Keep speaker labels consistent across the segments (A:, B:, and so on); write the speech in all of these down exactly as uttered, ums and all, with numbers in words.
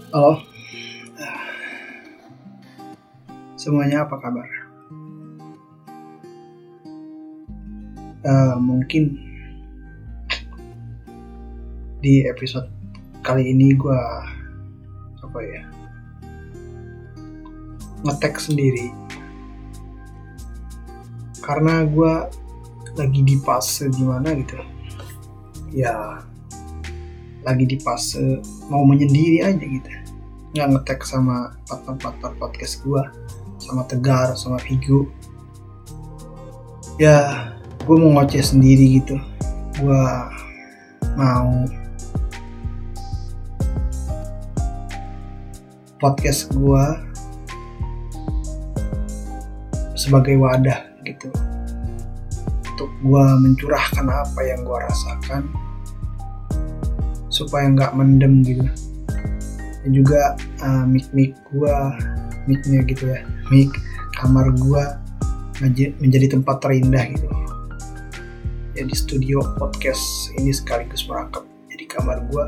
A: Halo, semuanya apa kabar? Uh, mungkin di episode kali ini gue apa ya ngetek sendiri karena gue lagi di fase gimana gitu ya, lagi di fase mau menyendiri aja gitu, nggak ngetek sama partner-partner podcast gue, sama Tegar, sama Vigo. Ya gue mau ngoceh sendiri gitu. Gue mau podcast gue sebagai wadah gitu untuk gue mencurahkan apa yang gue rasakan supaya nggak mendem gitu. Dan juga uh, mic-mic gue, mic-nya gitu ya, mic kamar gue menjadi tempat terindah gitu. Ya di studio podcast ini sekaligus merangkap jadi kamar gue,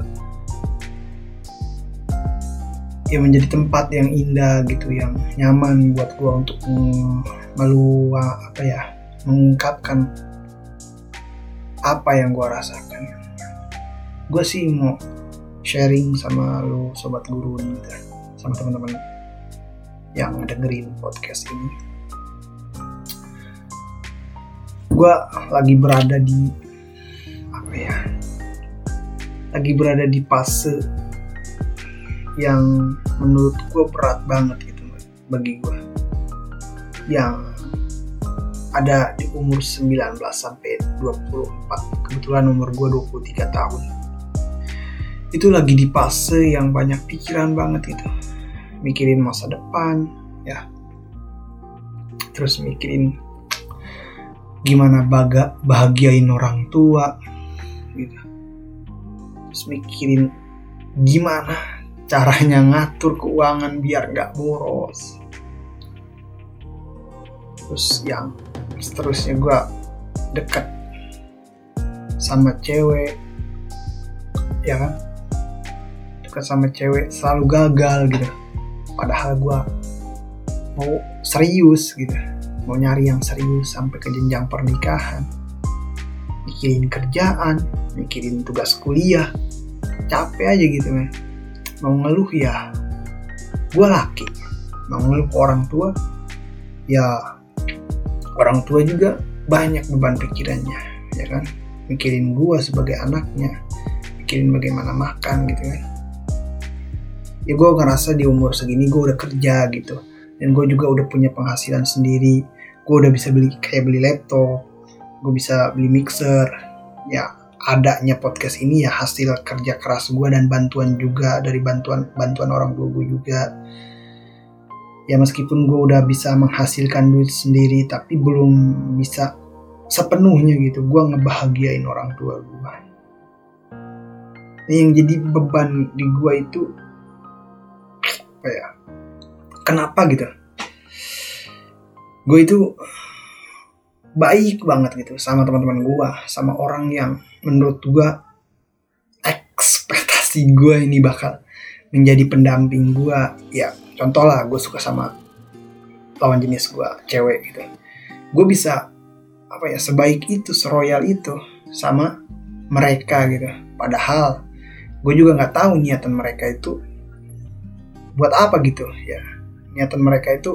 A: ya menjadi tempat yang indah gitu, yang nyaman buat gue untuk melua apa ya mengungkapkan apa yang gue rasakan. Gue sih mau sharing sama lo sobat guru gitu, sama teman-teman yang dengerin podcast ini. Gue lagi berada di apa ya lagi berada di fase yang menurut gue berat banget gitu bagi gue, yang ada di umur sembilan belas sampai dua puluh empat. Kebetulan umur gue dua puluh tiga tahun. Itu lagi di fase yang banyak pikiran banget gitu, mikirin masa depan ya, terus mikirin gimana baga bahagiain orang tua gitu, terus mikirin gimana caranya ngatur keuangan biar nggak boros. Terus yang seterusnya gue deket sama cewek ya kan, deket sama cewek selalu gagal gitu, padahal gue mau serius gitu, mau nyari yang serius sampai ke jenjang pernikahan, mikirin kerjaan, mikirin tugas kuliah, capek aja gitu men. Mau ngeluh ya gue laki, mau ngeluh ke orang tua ya orang tua juga banyak beban pikirannya ya kan, mikirin gue sebagai anaknya, mikirin bagaimana makan gitu kan. Ya gue ngerasa di umur segini gue udah kerja gitu, dan gue juga udah punya penghasilan sendiri. Gue udah bisa beli kayak beli laptop, gue bisa beli mixer. Ya adanya podcast ini ya hasil kerja keras gue dan bantuan juga dari bantuan bantuan orang tua gue juga. Ya meskipun gue udah bisa menghasilkan duit sendiri, tapi belum bisa sepenuhnya gitu gue ngebahagiain orang tua gue. Nah, yang jadi beban di gue itu apa ya? Kenapa gitu? Gue itu baik banget gitu sama teman-teman gue, sama orang yang menurut gue ekspektasi gue ini bakal menjadi pendamping gue. Ya contoh lah, gue suka sama lawan jenis gue, cewek gitu. Gue bisa apa ya sebaik itu, seroyal itu sama mereka gitu. Padahal gue juga nggak tahu niatan mereka itu buat apa gitu ya. Niatan mereka itu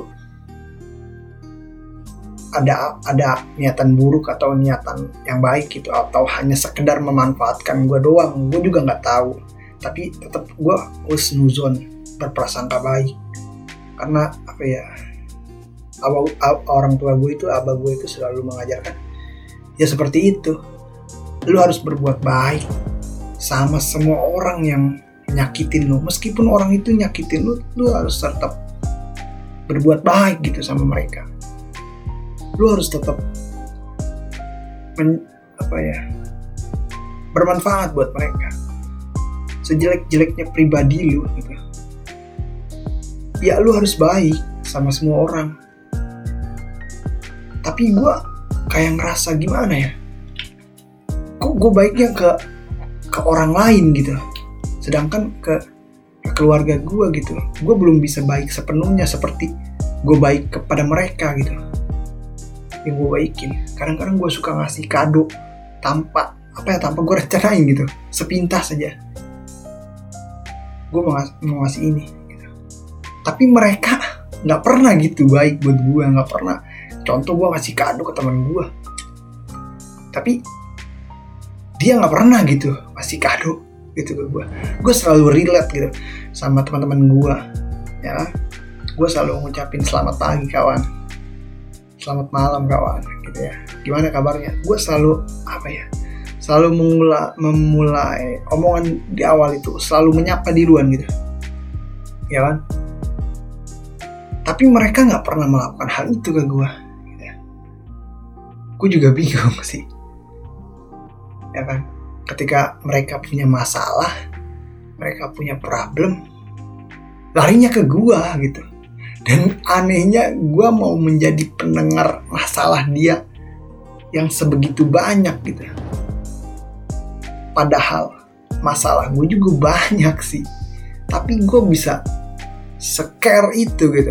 A: ada ada niatan buruk atau niatan yang baik gitu, atau hanya sekedar memanfaatkan gue doang. Gue juga nggak tahu. Tapi tetap gue husnuzon, berprasangka baik. Karena apa ya, abah, ab, orang tua gue itu, abah gue itu selalu mengajarkan ya seperti itu. Lu harus berbuat baik sama semua orang yang nyakitin lu. Meskipun orang itu nyakitin lu, lu harus tetap berbuat baik gitu sama mereka. Lu harus tetap men, apa ya bermanfaat buat mereka. Sejelek-jeleknya pribadi lu gitu, ya lu harus baik sama semua orang. Tapi gue kayak ngerasa gimana ya, kok gue baiknya ke ke orang lain gitu, sedangkan ke ke keluarga gue gitu. Gue belum bisa baik sepenuhnya seperti gue baik kepada mereka gitu yang gue baikin. Kadang-kadang gue suka ngasih kado tanpa apa ya tanpa gue rencanain gitu, sepintas saja gue mau, ngas- mau ngasih ini gitu. Tapi mereka nggak pernah gitu baik buat gue, nggak pernah. Contoh gue ngasih kado ke teman gue, tapi dia nggak pernah gitu ngasih kado gitu ke gue. Gue selalu relate gitu sama teman-teman gue, ya. Gue selalu ngucapin selamat pagi kawan, selamat malam kawan, gitu ya. Gimana kabarnya? Gue selalu apa ya? Selalu memulai, memulai omongan di awal itu selalu menyapa duluan gitu, ya kan? Tapi mereka nggak pernah melakukan hal itu ke gue. Gitu ya. Gue juga bingung sih, ya kan? Ketika mereka punya masalah, mereka punya problem, larinya ke gue gitu. Dan anehnya gue mau menjadi pendengar masalah dia yang sebegitu banyak gitu. Padahal masalah gue juga banyak sih, tapi gue bisa se-care itu gitu,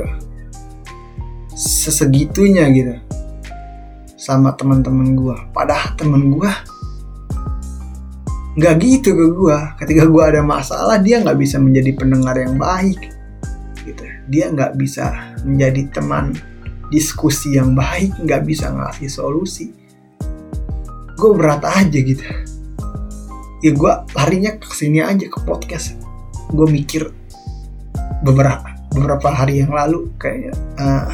A: sesegitunya gitu sama teman-teman gue. Padahal teman gue nggak gitu ke gue. Ketika gue ada masalah, dia nggak bisa menjadi pendengar yang baik gitu. Dia nggak bisa menjadi teman diskusi yang baik, nggak bisa ngasih solusi. Gue berat aja gitu. Ya gue larinya ke sini aja, ke podcast. Gue mikir beberapa beberapa hari yang lalu kayak uh,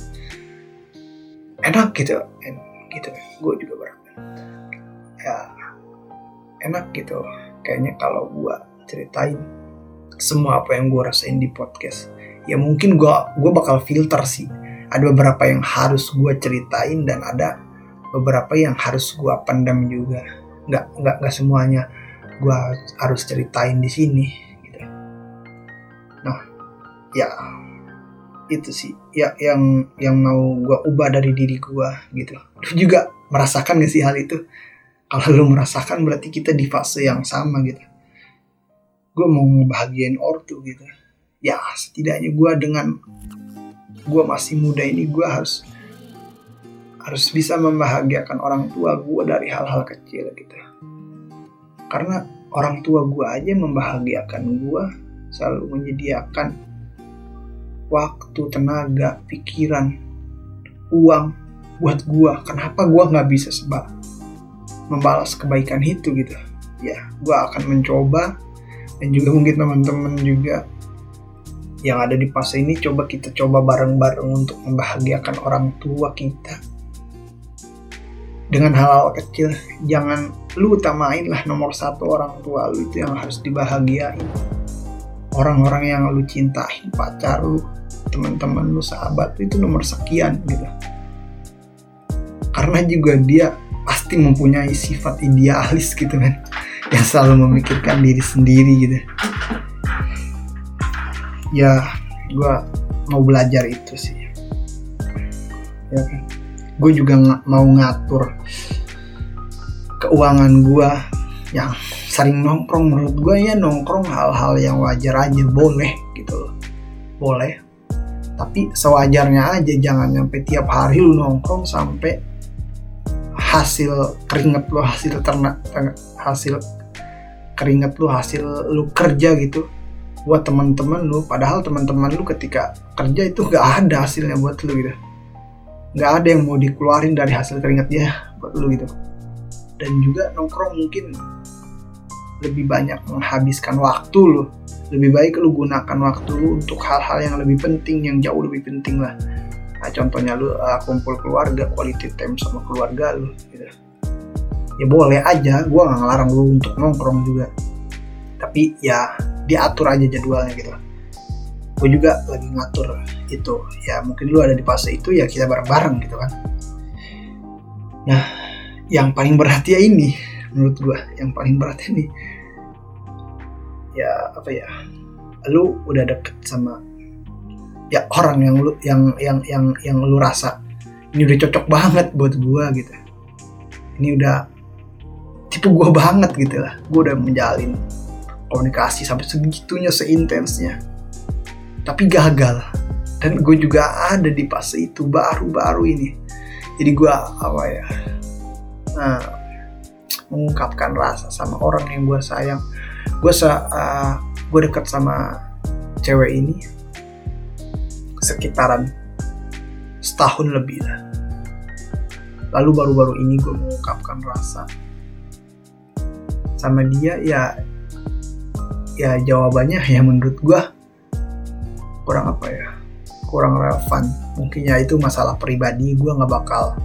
A: enak gitu, enak gitu. Gue juga berat. Ya enak gitu. Kayaknya kalau gue ceritain semua apa yang gue rasain di podcast, ya mungkin gue gue bakal filter sih. Ada beberapa yang harus gue ceritain dan ada beberapa yang harus gue pendam juga. Nggak nggak nggak semuanya gue harus ceritain di sini gitu. Nah ya itu sih ya yang yang mau gue ubah dari diri gue gitu. Lu juga merasakan gak sih hal itu? Kalau lu merasakan berarti kita di fase yang sama gitu. Gue mau ngebahagiain ortu gitu. Ya setidaknya gue dengan gue masih muda ini, gue harus harus bisa membahagiakan orang tua gue dari hal-hal kecil gitu. Karena orang tua gue aja membahagiakan gue, selalu menyediakan waktu, tenaga, pikiran, uang buat gue. Kenapa gue nggak bisa sebab membalas kebaikan itu gitu? Ya, gue akan mencoba, dan juga mungkin teman-teman juga yang ada di fase ini, coba kita coba bareng-bareng untuk membahagiakan orang tua kita dengan hal-hal kecil. Jangan lu utamain lah nomor satu orang tua lu itu yang harus dibahagiain. Orang-orang yang lu cintain, pacar lu, teman-teman lu, sahabat lu, itu nomor sekian gitu. Karena juga dia pasti mempunyai sifat idealis gitu kan, yang selalu memikirkan diri sendiri gitu. Ya gue mau belajar itu sih, ya kan. Gue juga ng- mau ngatur keuangan gue yang sering nongkrong. Menurut gue ya nongkrong hal-hal yang wajar aja, boleh gitu loh, boleh. Tapi sewajarnya aja, jangan sampai tiap hari lu nongkrong sampai hasil keringet lu, hasil ternak, hasil keringet lu, hasil lu kerja gitu buat teman-teman lu. Padahal teman-teman lu ketika kerja itu gak ada hasilnya buat lu gitu. Gak ada yang mau dikeluarin dari hasil keringat dia buat lu gitu. Dan juga nongkrong mungkin lebih banyak menghabiskan waktu lu. Lebih baik lu gunakan waktu lu untuk hal-hal yang lebih penting, yang jauh lebih penting lah. Nah, contohnya lu uh, kumpul keluarga, quality time sama keluarga lu gitu. Ya boleh aja, gue gak ngelarang lu untuk nongkrong juga. Tapi ya diatur aja jadwalnya gitu. Gue juga lagi ngatur itu. Ya mungkin lu ada di fase itu, ya kita bareng-bareng gitu kan. Nah, yang paling berat ya ini, menurut gue yang paling berat ini, ya apa ya, lu udah deket sama ya orang yang lu yang yang yang yang lu rasa ini udah cocok banget buat gue gitu. Ini udah tipe gue banget gitu lah. Gue udah menjalin komunikasi sampai segitunya, seintensnya, tapi gagal. Dan gue juga ada di fase itu baru-baru ini. Jadi gue apa ya, nah, mengungkapkan rasa sama orang yang gue sayang. Gue uh, gue dekat sama cewek ini sekitaran setahun lebih lah. Lalu baru-baru ini gue mengungkapkan rasa sama dia. Ya, ya jawabannya ya menurut gue kurang apa ya, kurang relevan. Mungkin ya itu masalah pribadi, gue nggak bakal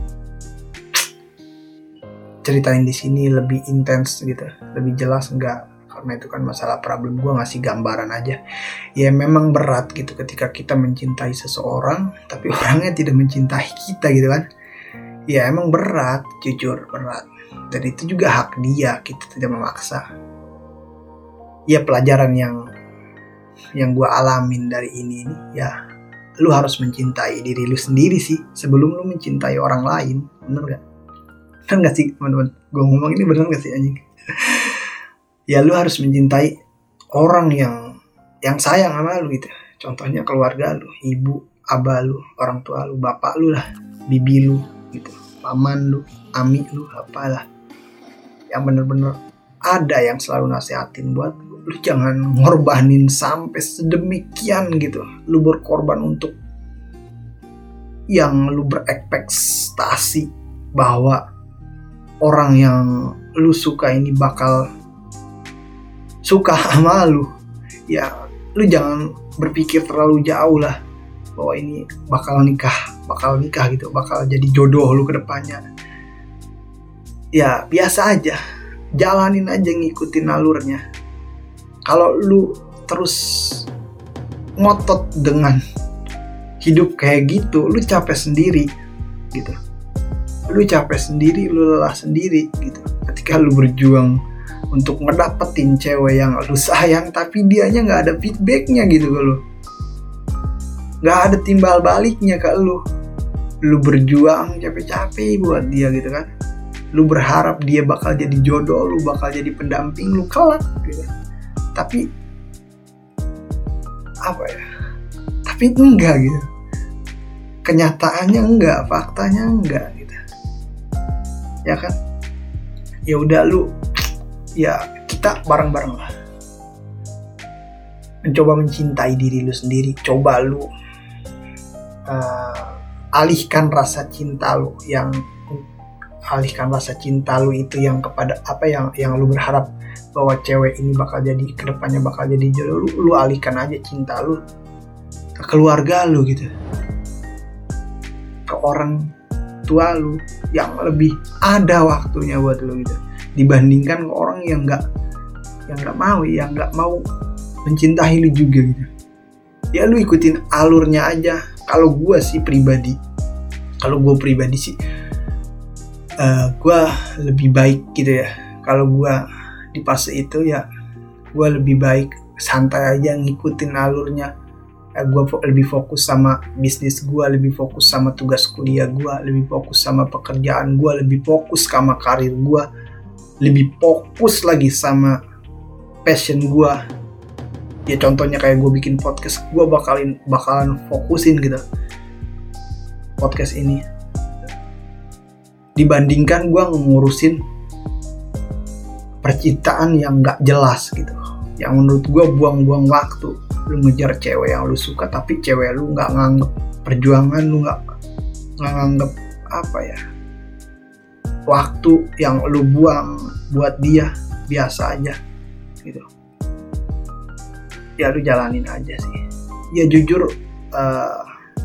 A: ceritain di sini lebih intens gitu, lebih jelas enggak, karena itu kan masalah problem. Gue ngasih gambaran aja. Ya memang berat gitu ketika kita mencintai seseorang tapi orangnya tidak mencintai kita gitu kan. Ya emang berat, jujur berat. Dan itu juga hak dia, kita tidak memaksa. Ya pelajaran yang yang gue alamin dari ini nih, ya lu harus mencintai diri lu sendiri sih sebelum lu mencintai orang lain. Bener gak? Bener gak sih teman-teman? Gue ngomong ini bener gak sih anjing? Ya lu harus mencintai orang yang yang sayang sama lu gitu. Contohnya keluarga lu, ibu, abah lu, orang tua lu, bapak lu lah, bibi lu gitu, paman lu, ami lu, apalah. Yang bener-bener ada yang selalu nasihatin buat lu, lu jangan ngorbanin sampai sedemikian gitu. Lu berkorban untuk yang lu berekspektasi bahwa orang yang lu suka ini bakal suka sama lu. Ya lu jangan berpikir terlalu jauh lah bahwa ini bakal nikah, bakal nikah gitu, bakal jadi jodoh lu ke depannya. Ya biasa aja, jalanin aja, ngikutin alurnya. Kalau lu terus ngotot dengan hidup kayak gitu, lu capek sendiri gitu. Lu capek sendiri, lu lelah sendiri gitu. Ketika lu berjuang untuk ngedapetin cewek yang lu sayang tapi dianya gak ada feedbacknya gitu ke lu, gak ada timbal baliknya ke lu. Lu berjuang capek-capek buat dia gitu kan. Lu berharap dia bakal jadi jodoh, lu bakal jadi pendamping lu kelak gitu. Tapi apa ya, tapi enggak gitu. Kenyataannya enggak, faktanya enggak gitu. Ya kan? Ya udah lu, ya kita bareng-bareng lah mencoba mencintai diri lu sendiri. Coba lu uh, alihkan rasa cinta lu yang alihkan rasa cinta lu itu yang kepada apa yang yang lu berharap bahwa cewek ini bakal jadi kedepannya bakal jadi jodoh lu. Lu alihkan aja cinta lu ke keluarga lu gitu, ke orang tua lu yang lebih ada waktunya buat lu gitu, dibandingkan ke orang yang nggak yang nggak mau yang nggak mau mencintai lu juga gitu. Ya lu ikutin alurnya aja. Kalau gue sih pribadi, kalau gue pribadi sih Uh, gue lebih baik gitu ya. Kalau gue di fase itu ya gue lebih baik santai aja ngikutin alurnya. Uh, gue fo- lebih fokus sama bisnis gue, lebih fokus sama tugas kuliah gue, lebih fokus sama pekerjaan gue, lebih fokus sama karir gue, lebih fokus lagi sama passion gue. Ya contohnya kayak gue bikin podcast, gue bakalin bakalan fokusin gitu podcast ini, dibandingkan gue ngurusin percintaan yang gak jelas gitu, yang menurut gue buang-buang waktu. Lu ngejar cewek yang lu suka tapi cewek lu gak nganggep perjuangan lu, gak, gak nganggep apa ya, waktu yang lu buang buat dia biasa aja gitu. Ya lu jalanin aja sih. Ya jujur uh,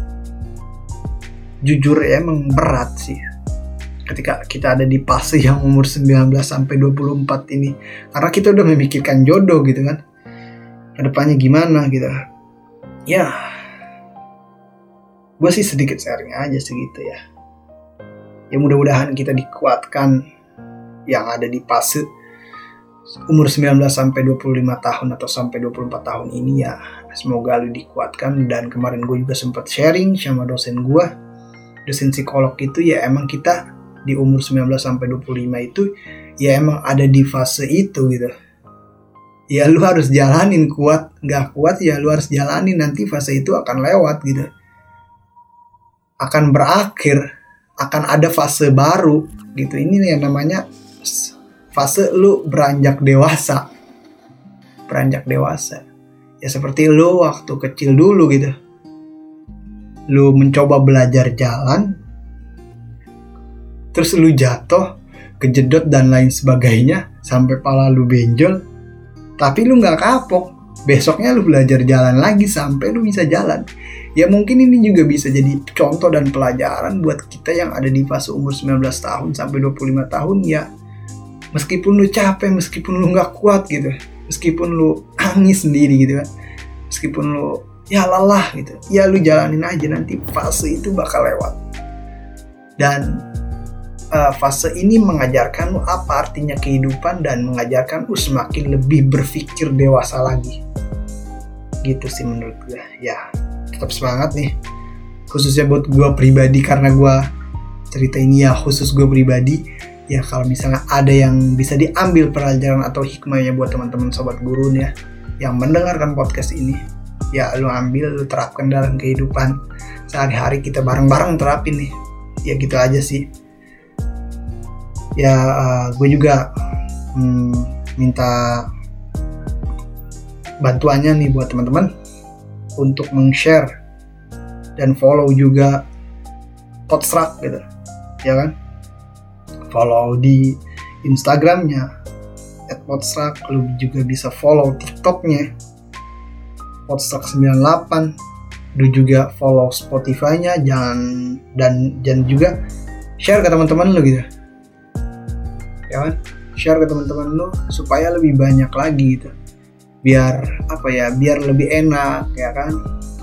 A: jujur ya emang berat sih ketika kita ada di fase yang umur sembilan belas sampai dua puluh empat ini, karena kita udah memikirkan jodoh gitu kan, kedepannya gimana gitu. Ya gue sih sedikit sharing aja segitu ya. Ya mudah-mudahan kita dikuatkan yang ada di fase umur sembilan belas sampai dua puluh lima tahun atau sampai dua puluh empat tahun ini ya. Semoga lu dikuatkan. Dan kemarin gue juga sempat sharing sama dosen gue, dosen psikolog itu, ya emang kita di umur sembilan belas sampai dua puluh lima itu ya emang ada di fase itu gitu. ya lu harus jalanin. Kuat nggak kuat ya lu harus jalanin, nanti fase itu akan lewat gitu, akan berakhir, akan ada fase baru gitu. Ini yang namanya fase lu beranjak dewasa. Beranjak dewasa ya seperti lu waktu kecil dulu gitu, lu mencoba belajar jalan, terus lu jatuh, kejedot dan lain sebagainya sampai pala lu benjol, tapi lu gak kapok. Besoknya lu belajar jalan lagi sampai lu bisa jalan. Ya mungkin ini juga bisa jadi contoh dan pelajaran buat kita yang ada di fase umur sembilan belas tahun sampai dua puluh lima tahun ya. Meskipun lu capek, meskipun lu gak kuat gitu, meskipun lu nangis sendiri gitu kan, meskipun lu ya lelah gitu, ya lu jalanin aja, nanti fase itu bakal lewat. Dan Uh, fase ini mengajarkan lu apa artinya kehidupan dan mengajarkan lu semakin lebih berpikir dewasa lagi. Gitu sih menurut gue. Ya, tetap semangat nih. Khususnya buat gue pribadi, karena gue cerita ini ya khusus gue pribadi. Ya kalau misalnya ada yang bisa diambil pelajaran atau hikmahnya buat teman-teman sobat gurun ya, yang mendengarkan podcast ini, ya lu ambil, lu terapkan dalam kehidupan sehari-hari, kita bareng-bareng terapin nih. Ya gitu aja sih. Ya uh, gue juga hmm, minta bantuannya nih buat teman-teman untuk meng-share dan follow juga Podstruck gitu, ya kan? Follow di Instagramnya at podstruck, lu juga bisa follow TikToknya podstruck sembilan delapan, lu juga follow Spotify-nya, jangan dan jangan juga share ke teman-teman lu gitu. Ya kan, share ke teman-teman lu supaya lebih banyak lagi gitu, biar apa ya, biar lebih enak ya kan.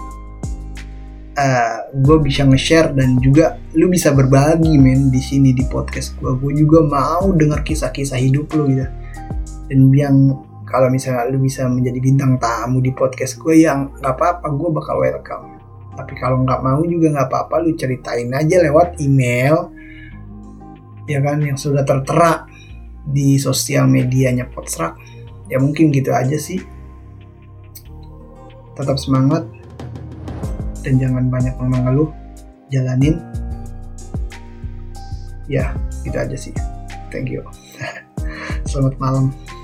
A: Uh, gue bisa nge-share dan juga lu bisa berbagi men di sini di podcast gue. Gue juga mau dengar kisah-kisah hidup lu gitu. Dan yang kalau misalnya lu bisa menjadi bintang tamu di podcast gue, yang nggak apa-apa, gue bakal welcome. Tapi kalau nggak mau juga nggak apa-apa, lu ceritain aja lewat email ya kan, yang sudah tertera di sosial medianya Podstruck. Ya mungkin gitu aja sih. Tetap semangat dan jangan banyak mengeluh, jalanin. Ya gitu aja sih. Thank you. Selamat malam.